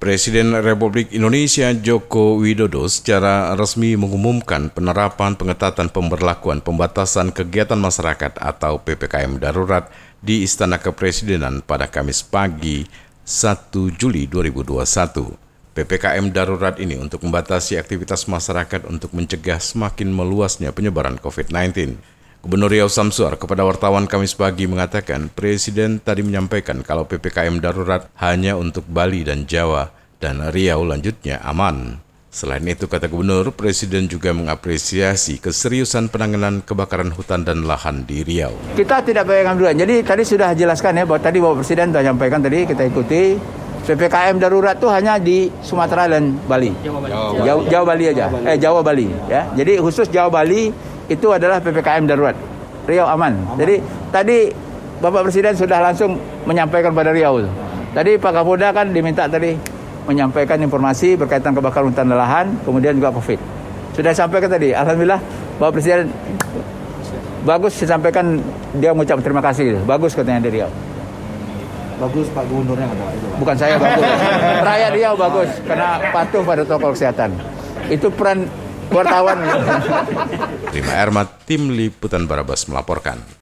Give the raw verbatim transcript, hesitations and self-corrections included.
Presiden Republik Indonesia Joko Widodo secara resmi mengumumkan penerapan pengetatan pemberlakuan pembatasan kegiatan masyarakat atau P P K M darurat di Istana Kepresidenan pada Kamis pagi satu Juli dua ribu dua puluh satu. P P K M darurat ini untuk membatasi aktivitas masyarakat untuk mencegah semakin meluasnya penyebaran covid sembilan belas. Gubernur Riau Samsuar kepada wartawan Kamis pagi mengatakan Presiden tadi menyampaikan kalau P P K M darurat hanya untuk Bali dan Jawa dan Riau lanjutnya aman. Selain itu, kata Gubernur, Presiden juga mengapresiasi keseriusan penanganan kebakaran hutan dan lahan di Riau. Kita tidak P P K M darurat. Jadi tadi sudah jelaskan ya bahwa tadi Bapak Presiden sudah menyampaikan tadi kita ikuti P P K M darurat itu hanya di Sumatera dan Bali. Jawa Bali. Jawa, Jawa Bali aja. Eh Jawa Bali ya. Jadi khusus Jawa Bali itu adalah P P K M darurat. Riau aman. aman. Jadi tadi Bapak Presiden sudah langsung menyampaikan pada Riau. Tadi Pak Kapolda kan diminta tadi menyampaikan informasi berkaitan kebakaran hutan dan lahan, kemudian juga COVID. Sudah sampaikan tadi. Alhamdulillah Bapak Presiden bagus disampaikan, dia mengucap terima kasih. Bagus katanya dari Riau. Bagus Pak Gubernurnya kata itu. Bukan saya bagus. Rakyat Riau bagus karena patuh pada protokol kesehatan. Itu peran wartawan. Rima Ermat, Tim Liputan Barabas melaporkan.